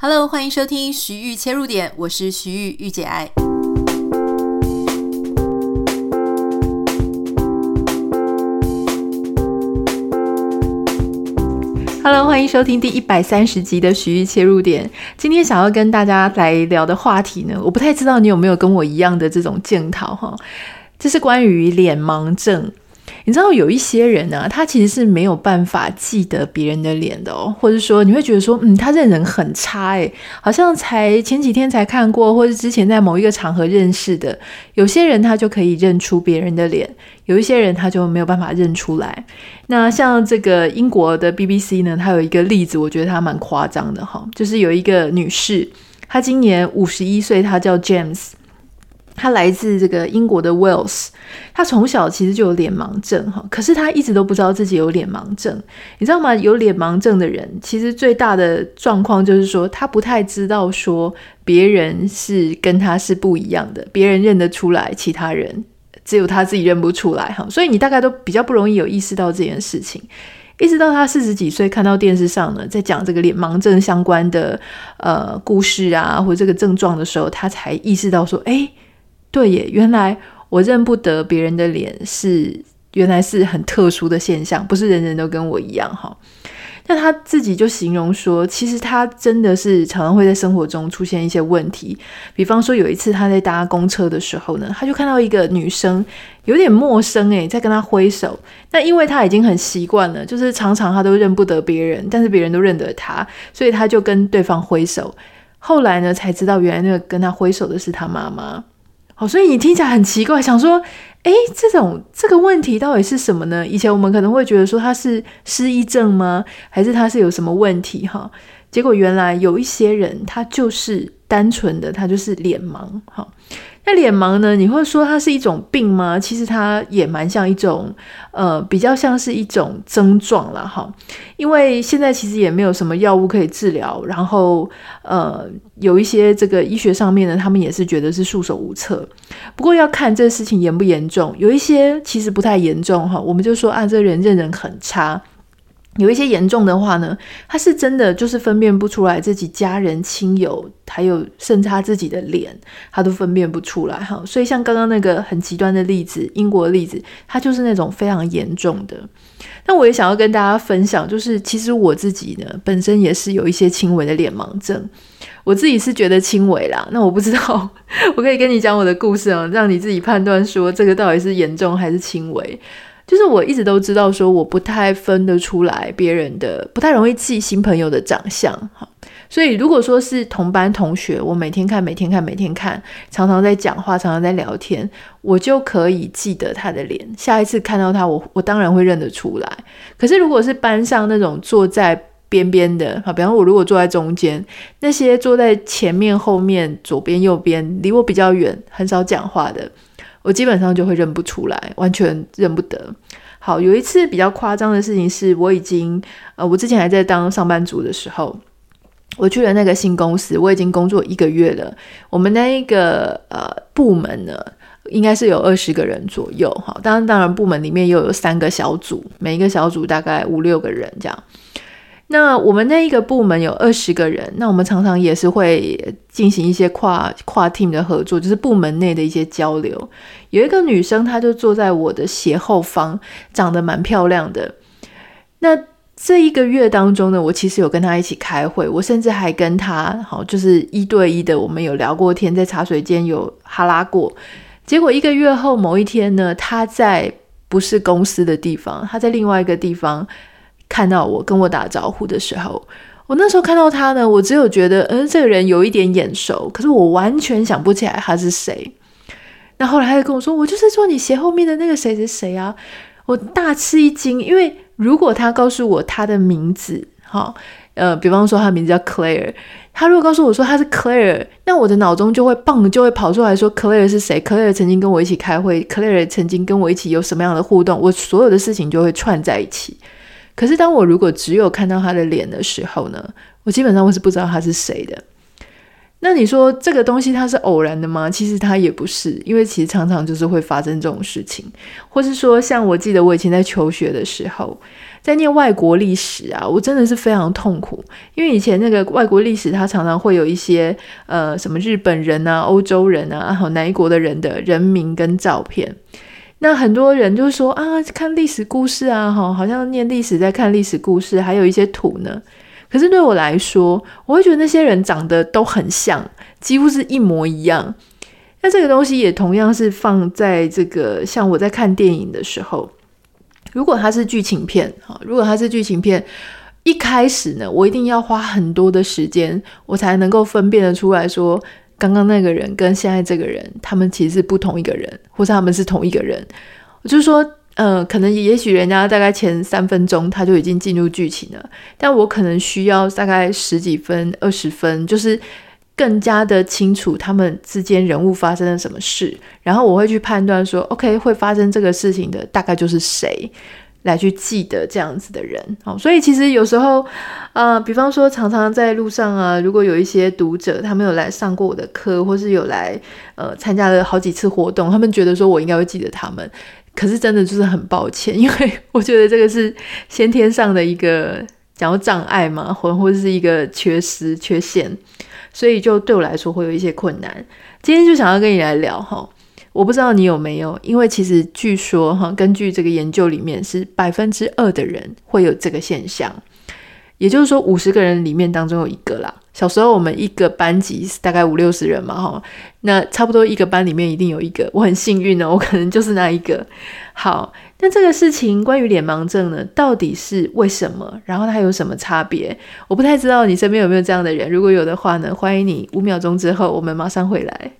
Hello， 欢迎收听徐玉切入点，我是徐玉玉姐爱。Hello， 欢迎收听第130集的徐玉切入点。今天想要跟大家来聊的话题呢，我不太知道你有没有跟我一样的这种检讨哈，这是关于脸盲症。你知道有一些人啊，他其实是没有办法记得别人的脸的哦，或者说你会觉得说他认人很差好像才前几天才看过，或者之前在某一个场合认识的。有些人他就可以认出别人的脸，有一些人他就没有办法认出来。那像这个英国的 BBC 呢，他有一个例子，我觉得他蛮夸张的哈，就是有一个女士，她今年51岁，她叫 James。他来自这个英国的 Wales， 他从小其实就有脸盲症，可是他一直都不知道自己有脸盲症。你知道吗？有脸盲症的人其实最大的状况就是说，他不太知道说别人是跟他是不一样的，别人认得出来，其他人只有他自己认不出来，所以你大概都比较不容易有意识到这件事情。一直到他40几岁看到电视上呢，在讲这个脸盲症相关的故事啊，或者这个症状的时候，他才意识到说，对耶，原来我认不得别人的脸原来是很特殊的现象，不是人人都跟我一样哈。那他自己就形容说，其实他真的是常常会在生活中出现一些问题。比方说有一次他在搭公车的时候呢，他就看到一个女生有点陌生在跟他挥手。那因为他已经很习惯了，就是常常他都认不得别人，但是别人都认得他，所以他就跟对方挥手。后来呢才知道原来那个跟他挥手的是他妈妈。所以你听起来很奇怪，想说这个问题到底是什么呢？以前我们可能会觉得说他是失忆症吗？还是他是有什么问题结果原来有一些人他就是单纯的他就是脸盲那脸盲呢，你会说它是一种病吗？其实它也蛮像一种比较像是一种症状啦因为现在其实也没有什么药物可以治疗，然后有一些这个医学上面呢，他们也是觉得是束手无策。不过要看这个事情严不严重，有一些其实不太严重我们就说这人认人很差。有一些严重的话呢，他是真的就是分辨不出来自己家人亲友，还有甚至他自己的脸他都分辨不出来所以像刚刚那个很极端的例子，英国的例子，他就是那种非常严重的。那我也想要跟大家分享，就是其实我自己呢本身也是有一些轻微的脸盲症，我自己是觉得轻微啦，那我不知道我可以跟你讲我的故事让你自己判断说这个到底是严重还是轻微。就是我一直都知道说我不太分得出来别人的，不太容易记新朋友的长相所以如果说是同班同学，我每天看，常常在讲话，常常在聊天，我就可以记得他的脸，下一次看到他我当然会认得出来。可是如果是班上那种坐在边边的比方说我如果坐在中间，那些坐在前面后面左边右边离我比较远很少讲话的，我基本上就会认不出来，完全认不得。好，有一次比较夸张的事情是，我之前还在当上班族的时候，我去了那个新公司，我已经工作1个月了。我们那一个部门呢，应该是有20个人左右当然部门里面又有3个小组，每一个小组大概5-6个人这样。那我们那一个部门有20个人，那我们常常也是会进行一些跨 team 的合作，就是部门内的一些交流。有一个女生，她就坐在我的斜后方，长得蛮漂亮的。那这1个月当中呢，我其实有跟她一起开会，我甚至还跟她就是1对1的，我们有聊过天，在茶水间有哈拉过。结果1个月后某一天呢，她在不是公司的地方，她在另外一个地方看到我，跟我打招呼的时候，我那时候看到他呢，我只有觉得这个人有一点眼熟，可是我完全想不起来他是谁。那后来他就跟我说，我就是坐你斜后面的那个谁谁谁啊。我大吃一惊，因为如果他告诉我他的名字比方说他的名字叫 Claire， 他如果告诉我说他是 Claire， 那我的脑中就会跑出来说 Claire 是谁， Claire 曾经跟我一起开会， Claire 曾经跟我一起有什么样的互动，我所有的事情就会串在一起。可是当我如果只有看到他的脸的时候呢，我基本上我是不知道他是谁的。 那你说这个东西它是偶然的吗？其实它也不是，因为其实常常就是会发生这种事情。或是说像我记得我以前在求学的时候，在念外国历史啊，我真的是非常痛苦，因为以前那个外国历史它常常会有一些什么日本人啊、欧洲人啊，还有哪一国的人的人名跟照片。那很多人就说啊，看历史故事啊，好像念历史在看历史故事，还有一些图呢。可是对我来说，我会觉得那些人长得都很像，几乎是一模一样。那这个东西也同样是放在这个像我在看电影的时候，如果它是剧情片，一开始呢，我一定要花很多的时间，我才能够分辨得出来说，刚刚那个人跟现在这个人，他们其实是不同一个人，或是他们是同一个人。我就是说可能也许人家大概前3分钟他就已经进入剧情了，但我可能需要大概10几分、20分，就是更加的清楚他们之间人物发生了什么事，然后我会去判断说 OK 会发生这个事情的大概就是谁，来去记得这样子的人。所以其实有时候比方说常常在路上啊，如果有一些读者他们有来上过我的课，或是有来参加了好几次活动，他们觉得说我应该会记得他们，可是真的就是很抱歉，因为我觉得这个是先天上的一个讲到障碍嘛，或者是一个缺陷，所以就对我来说会有一些困难。今天就想要跟你来聊我不知道你有没有，因为其实据说根据这个研究里面是 2% 的人会有这个现象，也就是说50个人里面当中有1个啦。小时候我们一个班级大概50-60人嘛那差不多一个班里面一定有1个，我很幸运我可能就是那一个。好，那这个事情关于脸盲症呢，到底是为什么？然后它有什么差别？我不太知道你身边有没有这样的人，如果有的话呢，欢迎你5秒钟之后我们马上回来。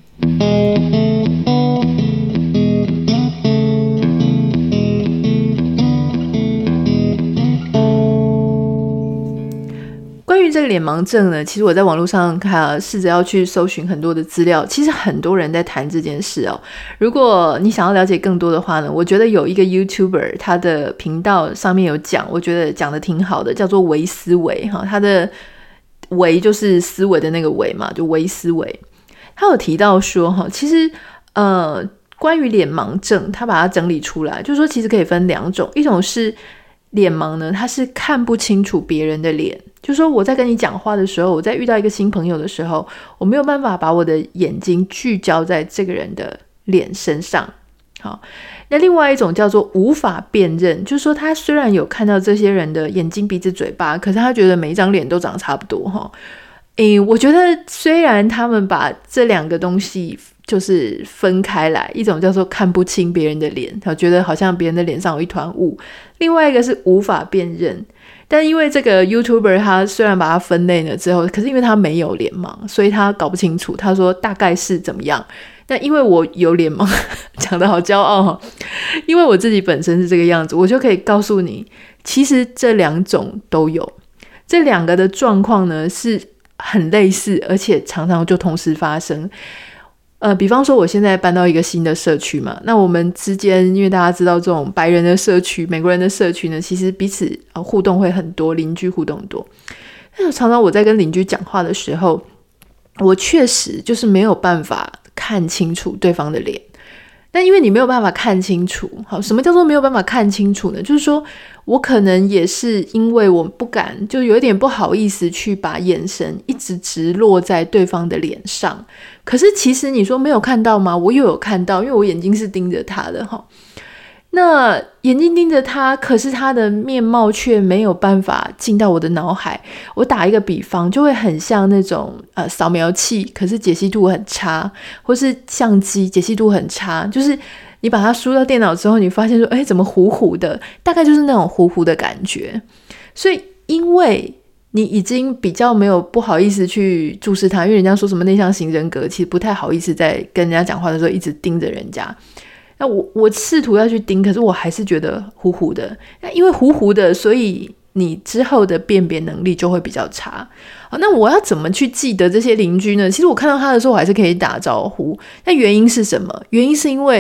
关于这个脸盲症呢，其实我在网络上试着要去搜寻很多的资料，其实很多人在谈这件事如果你想要了解更多的话呢，我觉得有一个 YouTuber 他的频道上面有讲，我觉得讲的挺好的，叫做维思维他的维就是思维的那个维嘛，就维思维。他有提到说其实关于脸盲症他把它整理出来，就是说其实可以分2种，一种是脸盲呢，他是看不清楚别人的脸，就是说我在跟你讲话的时候，我在遇到一个新朋友的时候，我没有办法把我的眼睛聚焦在这个人的脸身上。好，那另外一种叫做无法辨认，就是说他虽然有看到这些人的眼睛、鼻子、嘴巴，可是他觉得每一张脸都长得差不多我觉得虽然他们把这2个东西就是分开来，一种叫做看不清别人的脸，觉得好像别人的脸上有一团雾，另外一个是无法辨认。但因为这个 YouTuber 他虽然把它分类了之后，可是因为他没有脸盲，所以他搞不清楚，他说大概是怎么样。那因为我有脸盲讲得好骄傲因为我自己本身是这个样子，我就可以告诉你，其实这2种都有，这2个的状况呢是很类似，而且常常就同时发生。比方说我现在搬到一个新的社区嘛，那我们之间因为大家知道这种白人的社区、美国人的社区呢，其实彼此互动会很多，邻居互动很多。但常常我在跟邻居讲话的时候，我确实就是没有办法看清楚对方的脸。但因为你没有办法看清楚，好，什么叫做没有办法看清楚呢？就是说我可能也是因为我不敢，就有一点不好意思去把眼神一直直落在对方的脸上。可是其实你说没有看到吗？我又有看到，因为我眼睛是盯着他的那眼睛盯着他，可是他的面貌却没有办法进到我的脑海。我打一个比方，就会很像那种扫描器，可是解析度很差，或是相机解析度很差，就是你把它输到电脑之后，你发现说怎么糊糊的，大概就是那种糊糊的感觉。所以因为你已经比较没有不好意思去注视他，因为人家说什么内向型人格，其实不太好意思在跟人家讲话的时候一直盯着人家。那我试图要去盯，可是我还是觉得糊糊的。那因为糊糊的，所以你之后的辨别能力就会比较差。好，那我要怎么去记得这些邻居呢？其实我看到他的时候，我还是可以打招呼。那原因是什么？原因是因为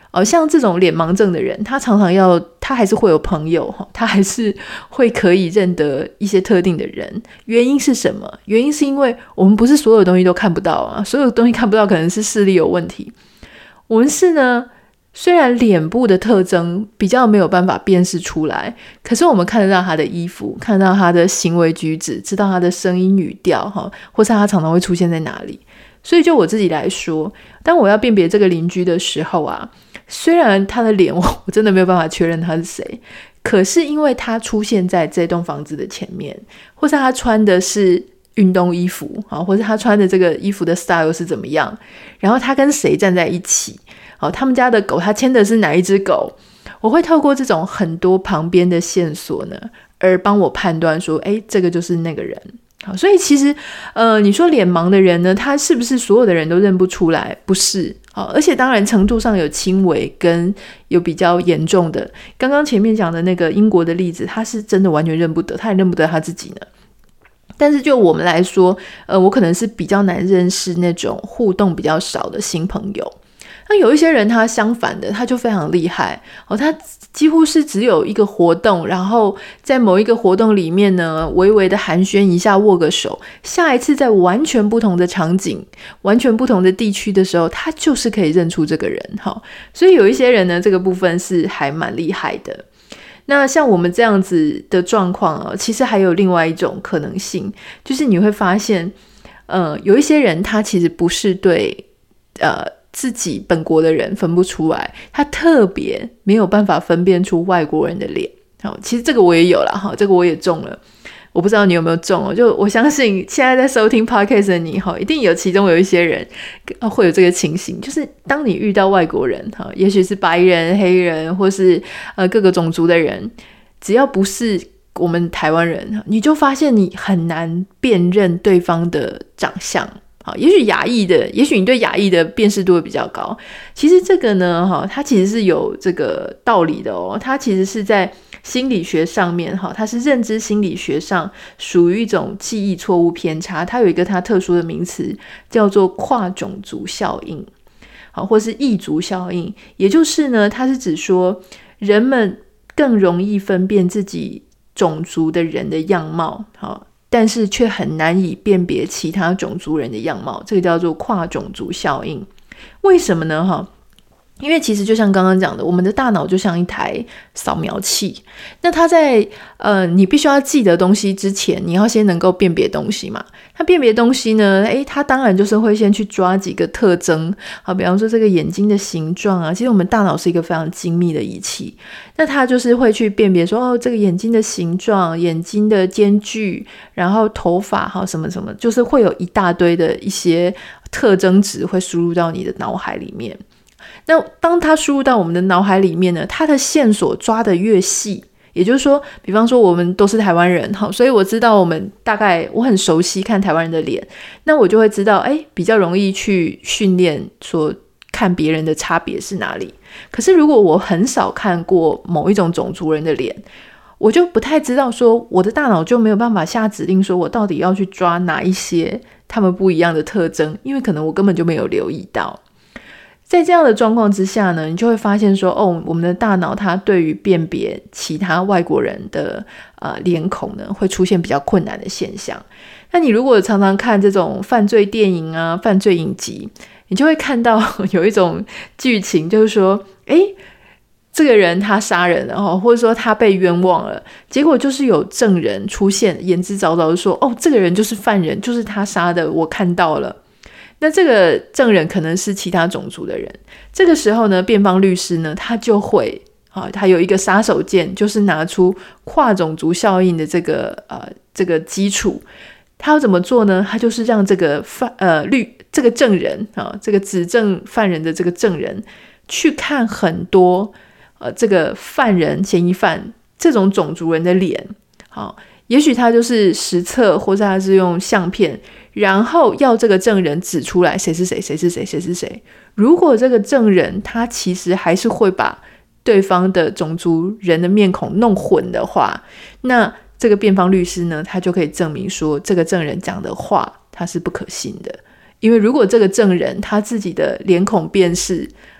像这种脸盲症的人，他常常他还是会有朋友，他还是会可以认得一些特定的人。原因是什么？原因是因为我们不是所有东西都看不到啊，所有东西看不到可能是视力有问题。我们是呢，虽然脸部的特征比较没有办法辨识出来，可是我们看得到他的衣服，看得到他的行为举止，知道他的声音语调，或是他常常会出现在哪里。所以就我自己来说，当我要辨别这个邻居的时候啊，虽然他的脸我真的没有办法确认他是谁，可是因为他出现在这栋房子的前面，或是他穿的是运动衣服，或是他穿的这个衣服的 style 是怎么样，然后他跟谁站在一起，他们家的狗他牵的是哪一只狗，我会透过这种很多旁边的线索呢，而帮我判断说，这个就是那个人。好，所以其实你说脸盲的人呢，他是不是所有的人都认不出来？不是。而且当然程度上有轻微跟有比较严重的。刚刚前面讲的那个英国的例子，他是真的完全认不得，他也认不得他自己呢。但是就我们来说，我可能是比较难认识那种互动比较少的新朋友。那有一些人他相反的，他就非常厉害他几乎是只有一个活动，然后在某一个活动里面呢，微微的寒暄一下，握个手，下一次在完全不同的场景，完全不同的地区的时候，他就是可以认出这个人所以有一些人呢，这个部分是还蛮厉害的。那像我们这样子的状况其实还有另外一种可能性，就是你会发现有一些人他其实不是对自己本国的人分不出来，他特别没有办法分辨出外国人的脸。其实这个我也有啦，这个我也中了，我不知道你有没有中就我相信现在在收听 podcast 的你一定有其中有一些人会有这个情形，就是当你遇到外国人也许是白人、黑人或是各个种族的人，只要不是我们台湾人，你就发现你很难辨认对方的长相。也许亚裔的，也许你对亚裔的辨识度会比较高。其实这个呢，它其实是有这个道理的它其实是在心理学上面它是认知心理学上属于一种记忆错误偏差，它有一个它特殊的名词叫做跨种族效应或是异族效应。也就是呢，它是指说人们更容易分辨自己种族的人的样貌但是却很难以辨别其他种族人的样貌，这个叫做跨种族效应。为什么呢？因为其实就像刚刚讲的，我们的大脑就像一台扫描器，那它在你必须要记得东西之前，你要先能够辨别东西嘛。它辨别东西呢，它当然就是会先去抓几个特征，比方说这个眼睛的形状啊，其实我们大脑是一个非常精密的仪器，那它就是会去辨别说这个眼睛的形状、眼睛的间距，然后头发什么什么，就是会有一大堆的一些特征值会输入到你的脑海里面。那当它输入到我们的脑海里面呢，它的线索抓得越细，也就是说，比方说我们都是台湾人所以我知道我很熟悉看台湾人的脸，那我就会知道比较容易去训练说看别人的差别是哪里。可是如果我很少看过某一种种族人的脸，我就不太知道说我的大脑就没有办法下指令说我到底要去抓哪一些他们不一样的特征，因为可能我根本就没有留意到。在这样的状况之下呢，你就会发现说我们的大脑它对于辨别其他外国人的脸孔呢，会出现比较困难的现象。那你如果常常看这种犯罪电影啊、犯罪影集，你就会看到有一种剧情，就是说这个人他杀人了或者说他被冤枉了，结果就是有证人出现，言之凿凿的说这个人就是犯人，就是他杀的，我看到了。那这个证人可能是其他种族的人，这个时候呢，辩方律师呢，他就会他有一个杀手锏，就是拿出跨种族效应的这个基础。他要怎么做呢？他就是让这个这个证人这个指证犯人的这个证人去看很多这个犯人嫌疑犯这种种族人的脸也许他就是实测，或者他是用相片，然后要这个证人指出来谁是谁，谁是谁，谁是谁。如果这个证人他其实还是会把对方的种族人的面孔弄混的话，那这个辩方律师呢，他就可以证明说这个证人讲的话他是不可信的。因为如果这个证人他自己的脸孔辨识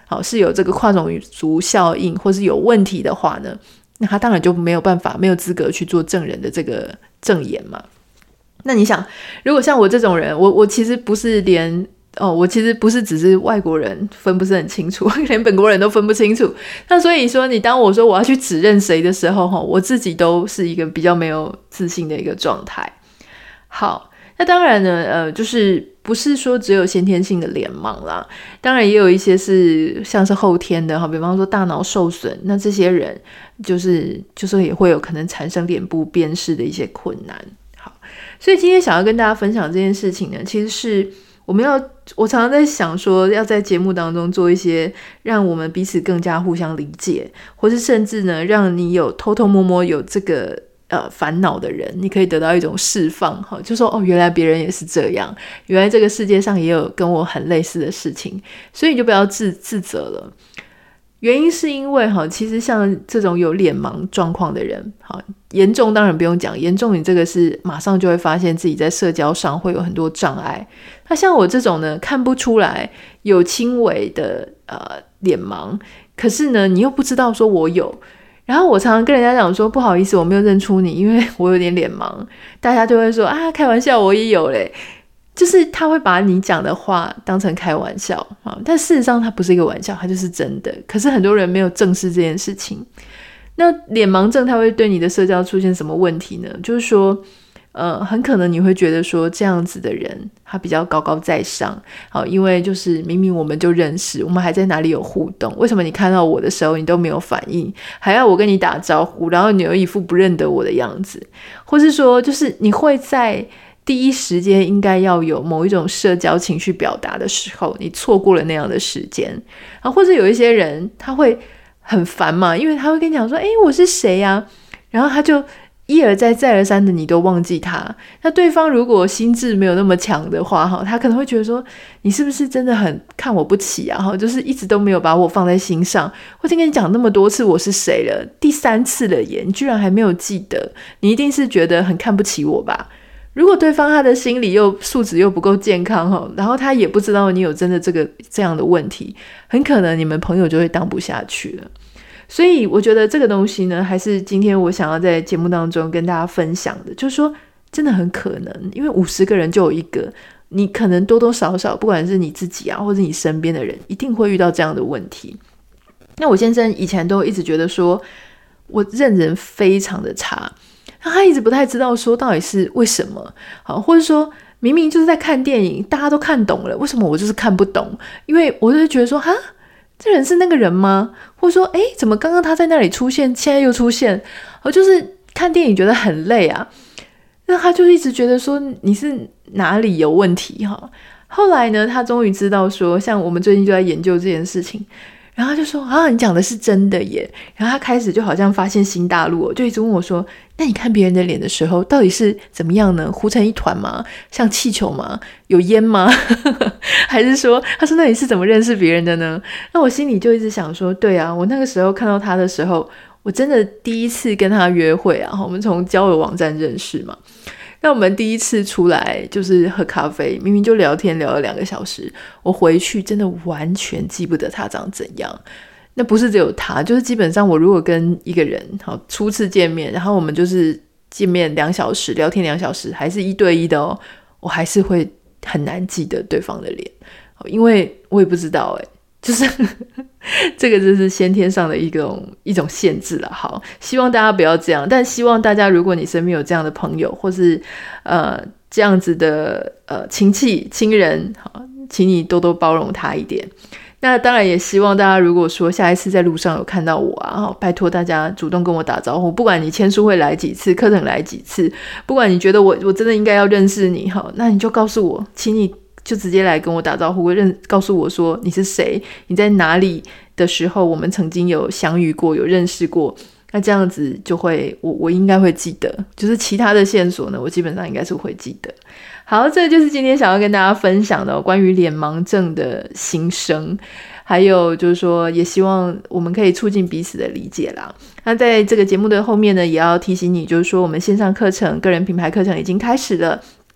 好，是有这个跨种族效应或是有问题的话呢，那他当然就没有办法，没有资格去做证人的这个证言嘛。那你想，如果像我这种人，我其实不是我其实不是只是外国人分不是很清楚，连本国人都分不清楚。那所以说，你当我说我要去指认谁的时候，我自己都是一个比较没有自信的一个状态。好，那当然呢，就是不是说只有先天性的脸盲啦，当然也有一些是像是后天的，比方说大脑受损，那这些人就是也会有可能产生脸部辨识的一些困难。好，所以今天想要跟大家分享这件事情呢，其实是我常常在想说，要在节目当中做一些让我们彼此更加互相理解，或是甚至呢，让你有偷偷摸摸有这个烦恼的人，你可以得到一种释放，就说原来别人也是这样，原来这个世界上也有跟我很类似的事情，所以你就不要自责了。原因是因为其实像这种有脸盲状况的人，严重当然不用讲，严重你这个是马上就会发现自己在社交上会有很多障碍。那像我这种呢，看不出来有轻微的脸盲，可是呢你又不知道说我有，然后我常常跟人家讲说不好意思我没有认出你，因为我有点脸盲，大家就会说开玩笑我也有嘞，就是他会把你讲的话当成开玩笑但事实上它不是一个玩笑，它就是真的。可是很多人没有正视这件事情。那脸盲症它会对你的社交出现什么问题呢？就是说很可能你会觉得说这样子的人他比较高高在上，因为就是明明我们就认识，我们还在哪里有互动，为什么你看到我的时候你都没有反应，还要我跟你打招呼，然后你有一副不认得我的样子，或是说就是你会在第一时间应该要有某一种社交情绪表达的时候，你错过了那样的时间。或者有一些人他会很烦嘛，因为他会跟你讲说我是谁啊，然后他就一而再再而三的你都忘记他。那对方如果心智没有那么强的话，他可能会觉得说你是不是真的很看我不起啊，就是一直都没有把我放在心上，我已经跟你讲那么多次我是谁了，第3次了耶，你居然还没有记得，你一定是觉得很看不起我吧。如果对方他的心理素质又不够健康，然后他也不知道你有真的这样的问题，很可能你们朋友就会当不下去了。所以我觉得这个东西呢，还是今天我想要在节目当中跟大家分享的，就是说真的很可能，因为50个人就有一个，你可能多多少少不管是你自己或者你身边的人，一定会遇到这样的问题。那我先生以前都一直觉得说我认人非常的差，他一直不太知道说到底是为什么，或者说明明就是在看电影大家都看懂了，为什么我就是看不懂，因为我就会觉得说这人是那个人吗？或者说怎么刚刚他在那里出现现在又出现，就是看电影觉得很累啊，那他就一直觉得说你是哪里有问题后来呢他终于知道说，像我们最近就在研究这件事情，然后他就说你讲的是真的耶，然后他开始就好像发现新大陆就一直问我说，那你看别人的脸的时候到底是怎么样呢？糊成一团吗？像气球吗？有烟吗？还是说他说那你是怎么认识别人的呢？那我心里就一直想说，对啊，我那个时候看到他的时候，我真的第一次跟他约会我们从交友网站认识嘛，那我们第一次出来就是喝咖啡，明明就聊天聊了2个小时，我回去真的完全记不得他长怎样。那不是只有他，就是基本上我如果跟一个人初次见面，然后我们就是见面2小时，聊天2小时，还是1对1的我还是会很难记得对方的脸，因为我也不知道就是这个就是先天上的一种限制了。好，希望大家不要这样，但希望大家如果你身边有这样的朋友，或是这样子的亲戚亲人，请你多多包容他一点。那当然也希望大家如果说下一次在路上有看到我拜托大家主动跟我打招呼，不管你签书会来几次，课程来几次，不管你觉得我真的应该要认识你那你就告诉我，请你就直接来跟我打招呼，告诉我说你是谁，你在哪里的时候我们曾经有相遇过，有认识过，那这样子就会我应该会记得，就是其他的线索呢我基本上应该是会记得。好，这就是今天想要跟大家分享的关于脸盲症的心声，还有就是说也希望我们可以促进彼此的理解啦。那在这个节目的后面呢，也要提醒你，就是说我们线上课程个人品牌课程已经开始了，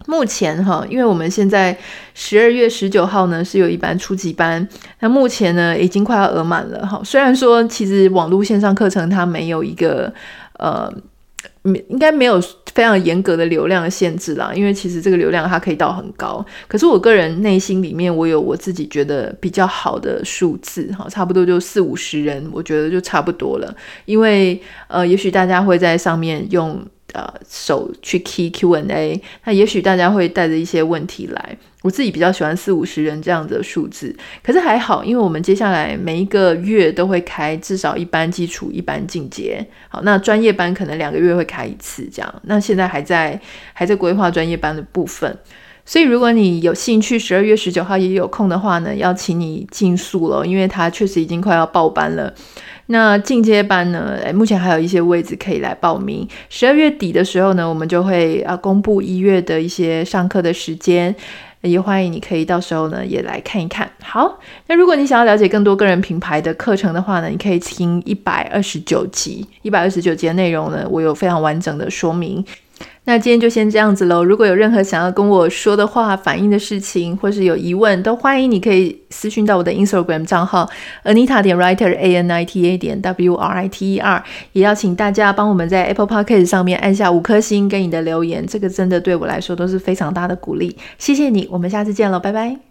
目前因为我们现在12月19号呢是有一班初级班，那目前呢已经快要额满了虽然说其实网络线上课程它没有一个应该没有非常严格的流量的限制啦，因为其实这个流量它可以到很高，可是我个人内心里面我有我自己觉得比较好的数字差不多就40-50人，我觉得就差不多了，因为也许大家会在上面用手去 key Q&A， 那也许大家会带着一些问题来，我自己比较喜欢40-50人这样的数字，可是还好，因为我们接下来每一个月都会开至少一班基础一班进阶，好，那专业班可能2个月会开一次这样，那现在还在规划专业班的部分，所以如果你有兴趣12月19号也有空的话呢，要请你尽速了，因为它确实已经快要爆班了。那进阶班呢目前还有一些位置可以来报名，12月底的时候呢我们就会公布1月的一些上课的时间，也欢迎你可以到时候呢也来看一看。好，那如果你想要了解更多个人品牌的课程的话呢，你可以听129集的内容呢，我有非常完整的说明。那今天就先这样子咯，如果有任何想要跟我说的话，反映的事情或是有疑问，都欢迎你可以私讯到我的 Instagram 账号 Anita.Writer ANITA.WRITER， 也邀请大家帮我们在 Apple Podcast 上面按下5颗星跟你的留言，这个真的对我来说都是非常大的鼓励，谢谢你，我们下次见咯，拜拜。